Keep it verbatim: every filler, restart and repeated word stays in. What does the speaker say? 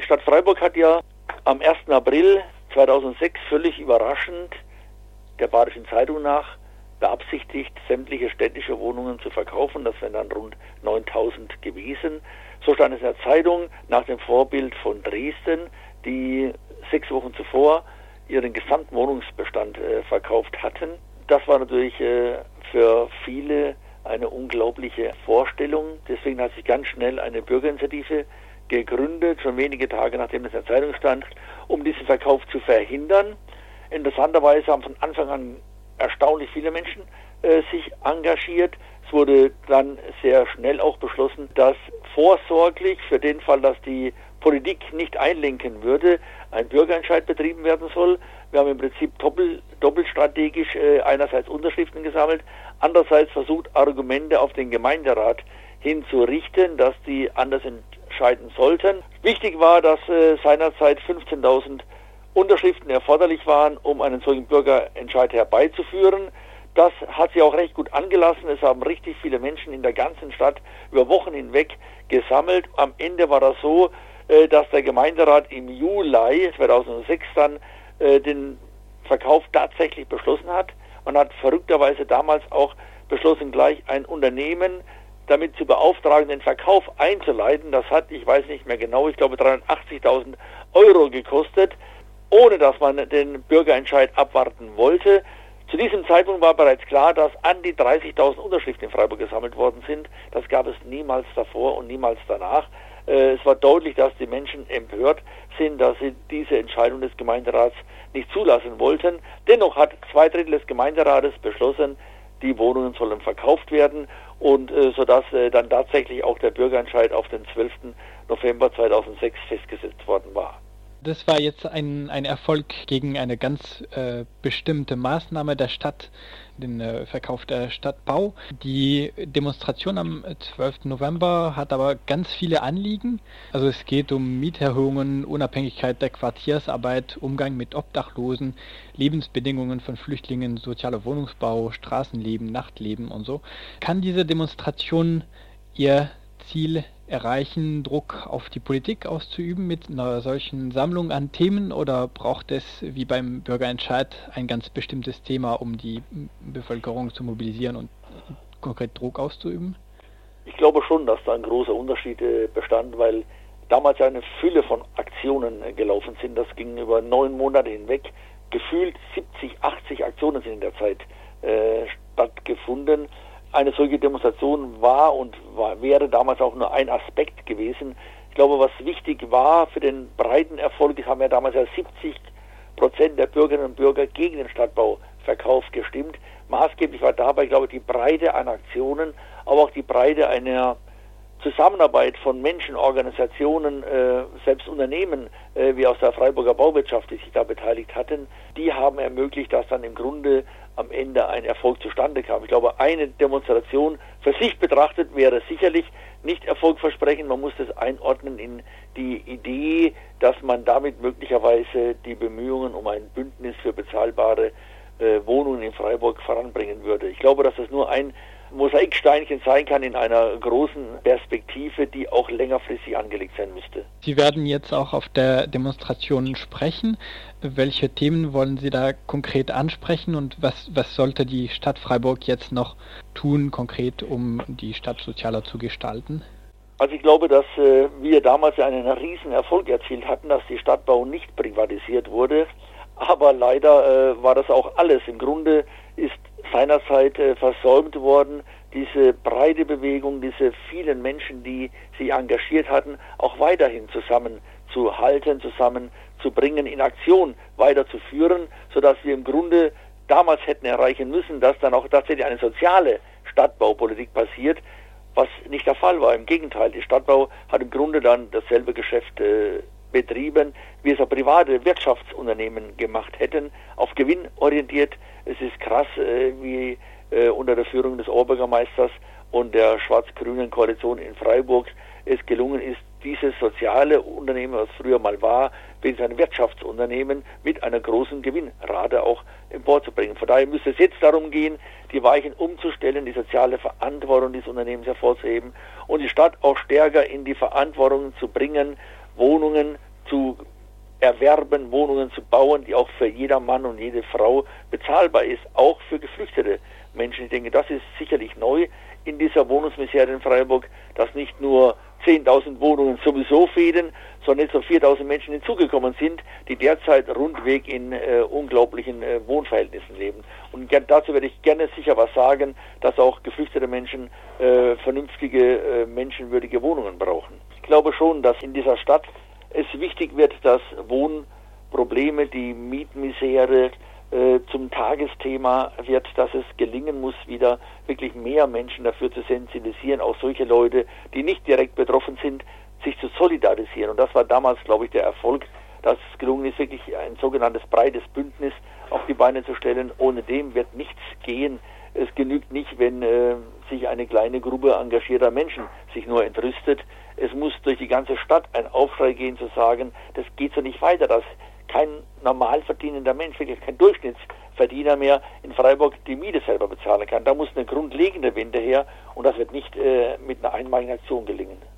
Die Stadt Freiburg hat ja am ersten April zweitausendsechs völlig überraschend der Badischen Zeitung nach beabsichtigt, sämtliche städtische Wohnungen zu verkaufen. Das wären dann rund neuntausend gewesen. So stand es in der Zeitung nach dem Vorbild von Dresden, die sechs Wochen zuvor ihren gesamten Wohnungsbestand äh, verkauft hatten. Das war natürlich äh, für viele eine unglaubliche Vorstellung. Deswegen hat sich ganz schnell eine Bürgerinitiative gegründet, schon wenige Tage nachdem es in der Zeitung stand, um diesen Verkauf zu verhindern. Interessanterweise haben von Anfang an erstaunlich viele Menschen äh, sich engagiert. Es wurde dann sehr schnell auch beschlossen, dass vorsorglich für den Fall, dass die Politik nicht einlenken würde, ein Bürgerentscheid betrieben werden soll. Wir haben im Prinzip doppel, doppelstrategisch äh, einerseits Unterschriften gesammelt, andererseits versucht, Argumente auf den Gemeinderat hinzurichten, dass die anders entscheiden sollten. Wichtig war, dass äh, seinerzeit fünfzehntausend Unterschriften erforderlich waren, um einen solchen Bürgerentscheid herbeizuführen. Das hat sich auch recht gut angelassen. Es haben richtig viele Menschen in der ganzen Stadt über Wochen hinweg gesammelt. Am Ende war das so, dass der Gemeinderat im Juli zweitausendsechs dann den Verkauf tatsächlich beschlossen hat. Man hat verrückterweise damals auch beschlossen, gleich ein Unternehmen damit zu beauftragen, den Verkauf einzuleiten. Das hat, ich weiß nicht mehr genau, ich glaube dreihundertachtzigtausend Euro gekostet, ohne dass man den Bürgerentscheid abwarten wollte. Zu diesem Zeitpunkt war bereits klar, dass an die dreißigtausend Unterschriften in Freiburg gesammelt worden sind. Das gab es niemals davor und niemals danach. Es war deutlich, dass die Menschen empört sind, dass sie diese Entscheidung des Gemeinderats nicht zulassen wollten. Dennoch hat zwei Drittel des Gemeinderates beschlossen, die Wohnungen sollen verkauft werden, und äh, sodass äh, dann tatsächlich auch der Bürgerentscheid auf den zwölften November zweitausendsechs festgesetzt worden war. Das war jetzt ein, ein Erfolg gegen eine ganz äh, bestimmte Maßnahme der Stadt, den äh, Verkauf der Stadtbau. Die Demonstration am zwölften November hat aber ganz viele Anliegen. Also es geht um Mieterhöhungen, Unabhängigkeit der Quartiersarbeit, Umgang mit Obdachlosen, Lebensbedingungen von Flüchtlingen, sozialer Wohnungsbau, Straßenleben, Nachtleben und so. Kann diese Demonstration ihr Ziel erreichen, Druck auf die Politik auszuüben mit einer solchen Sammlung an Themen, oder braucht es, wie beim Bürgerentscheid, ein ganz bestimmtes Thema, um die Bevölkerung zu mobilisieren und konkret Druck auszuüben? Ich glaube schon, dass da ein großer Unterschied bestand, weil damals ja eine Fülle von Aktionen gelaufen sind. Das ging über neun Monate hinweg. Gefühlt siebzig, achtzig Aktionen sind in der Zeit äh, stattgefunden. Eine solche Demonstration war und war, wäre damals auch nur ein Aspekt gewesen. Ich glaube, was wichtig war für den breiten Erfolg, es haben ja damals ja siebzig Prozent der Bürgerinnen und Bürger gegen den Stadtbauverkauf gestimmt. Maßgeblich war dabei, glaube ich, die Breite an Aktionen, aber auch die Breite einer Zusammenarbeit von Menschen, Organisationen, äh, selbst Unternehmen, äh, wie aus der Freiburger Bauwirtschaft, die sich da beteiligt hatten. Die haben ermöglicht, dass dann im Grunde am Ende ein Erfolg zustande kam. Ich glaube, eine Demonstration für sich betrachtet wäre sicherlich nicht erfolgversprechend. Man muss das einordnen in die Idee, dass man damit möglicherweise die Bemühungen um ein Bündnis für bezahlbare äh, Wohnungen in Freiburg voranbringen würde. Ich glaube, dass das nur ein Mosaiksteinchen sein kann in einer großen Perspektive, die auch längerfristig angelegt sein müsste. Sie werden jetzt auch auf der Demonstration sprechen. Welche Themen wollen Sie da konkret ansprechen, und was, was sollte die Stadt Freiburg jetzt noch tun, konkret, um die Stadt sozialer zu gestalten? Also ich glaube, dass äh, wir damals einen riesen Erfolg erzielt hatten, dass die Stadtbau nicht privatisiert wurde, aber leider äh, war das auch alles. Im Grunde ist seinerzeit äh, versäumt worden, diese breite Bewegung, diese vielen Menschen, die sich engagiert hatten, auch weiterhin zusammenzuhalten, zusammenzubringen, in Aktion weiterzuführen, sodass wir im Grunde damals hätten erreichen müssen, dass dann auch tatsächlich eine soziale Stadtbaupolitik passiert, was nicht der Fall war. Im Gegenteil, die Stadtbau hat im Grunde dann dasselbe Geschäft äh, betrieben, wie es auch private Wirtschaftsunternehmen gemacht hätten, auf Gewinn orientiert. Es ist krass, äh, wie äh, unter der Führung des Oberbürgermeisters und der schwarz-grünen Koalition in Freiburg es gelungen ist, dieses soziale Unternehmen, was früher mal war, wenigstens ein Wirtschaftsunternehmen mit einer großen Gewinnrate auch emporzubringen. Von daher müsste es jetzt darum gehen, die Weichen umzustellen, die soziale Verantwortung dieses Unternehmens hervorzuheben und die Stadt auch stärker in die Verantwortung zu bringen, Wohnungen zu erwerben, Wohnungen zu bauen, die auch für jeder Mann und jede Frau bezahlbar ist, auch für geflüchtete Menschen. Ich denke, das ist sicherlich neu in dieser Wohnungsmisere in Freiburg, dass nicht nur zehntausend Wohnungen sowieso fehlen, sondern jetzt so viertausend Menschen hinzugekommen sind, die derzeit rundweg in äh, unglaublichen äh, Wohnverhältnissen leben. Und gern, dazu werde ich gerne sicher was sagen, dass auch geflüchtete Menschen äh, vernünftige, äh, menschenwürdige Wohnungen brauchen. Ich glaube schon, dass in dieser Stadt es wichtig wird, dass Wohnprobleme, die Mietmisere äh, zum Tagesthema wird, dass es gelingen muss, wieder wirklich mehr Menschen dafür zu sensibilisieren, auch solche Leute, die nicht direkt betroffen sind, sich zu solidarisieren. Und das war damals, glaube ich, der Erfolg, dass es gelungen ist, wirklich ein sogenanntes breites Bündnis auf die Beine zu stellen. Ohne dem wird nichts gehen. Es genügt nicht, wenn äh, sich eine kleine Gruppe engagierter Menschen sich nur entrüstet. Es muss durch die ganze Stadt ein Aufschrei gehen, zu sagen, das geht so nicht weiter, dass kein normal verdienender Mensch, wirklich kein Durchschnittsverdiener mehr in Freiburg die Miete selber bezahlen kann. Da muss eine grundlegende Wende her und das wird nicht äh, mit einer einmaligen Aktion gelingen.